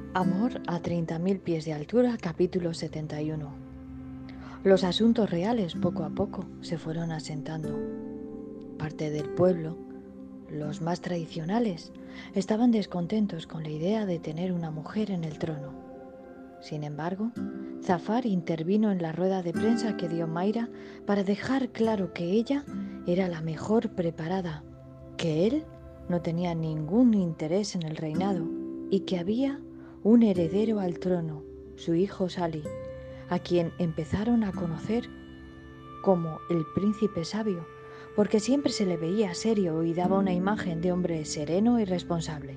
Amor a 30.000 pies de altura, capítulo 71. Los asuntos reales poco a poco se fueron asentando. Parte del pueblo, los más tradicionales, estaban descontentos con la idea de tener una mujer en el trono. Sin embargo, Zafar intervino en la rueda de prensa que dio Mayra para dejar claro que ella era la mejor preparada, que él no tenía ningún interés en el reinado y que había un heredero al trono, su hijo Sali, a quien empezaron a conocer como el príncipe sabio, porque siempre se le veía serio y daba una imagen de hombre sereno y responsable.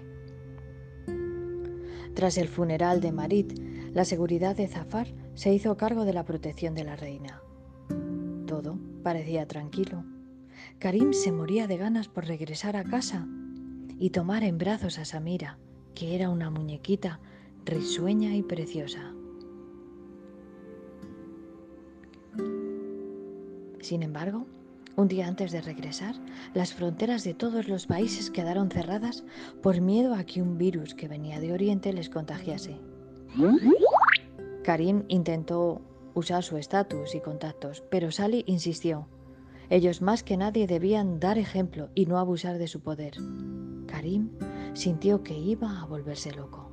Tras el funeral de Marit, la seguridad de Zafar se hizo cargo de la protección de la reina. Todo parecía tranquilo. Karim se moría de ganas por regresar a casa y tomar en brazos a Samira, que era una muñequita risueña y preciosa. Sin embargo, un día antes de regresar, las fronteras de todos los países quedaron cerradas por miedo a que un virus que venía de Oriente les contagiase. Karim intentó usar su estatus y contactos, pero Sally insistió. Ellos más que nadie debían dar ejemplo y no abusar de su poder. Karim sintió que iba a volverse loco.